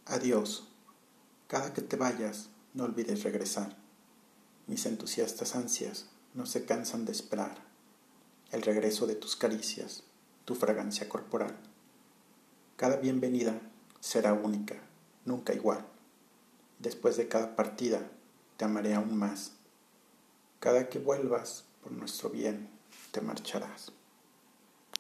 Adiós. Cada que te vayas, no olvides regresar. Mis entusiastas ansias no se cansan de esperar el regreso de tus caricias, tu fragancia corporal. Cada bienvenida será única, nunca igual. Después de cada partida, te amaré aún más. Cada que vuelvas, por nuestro bien, te marcharás.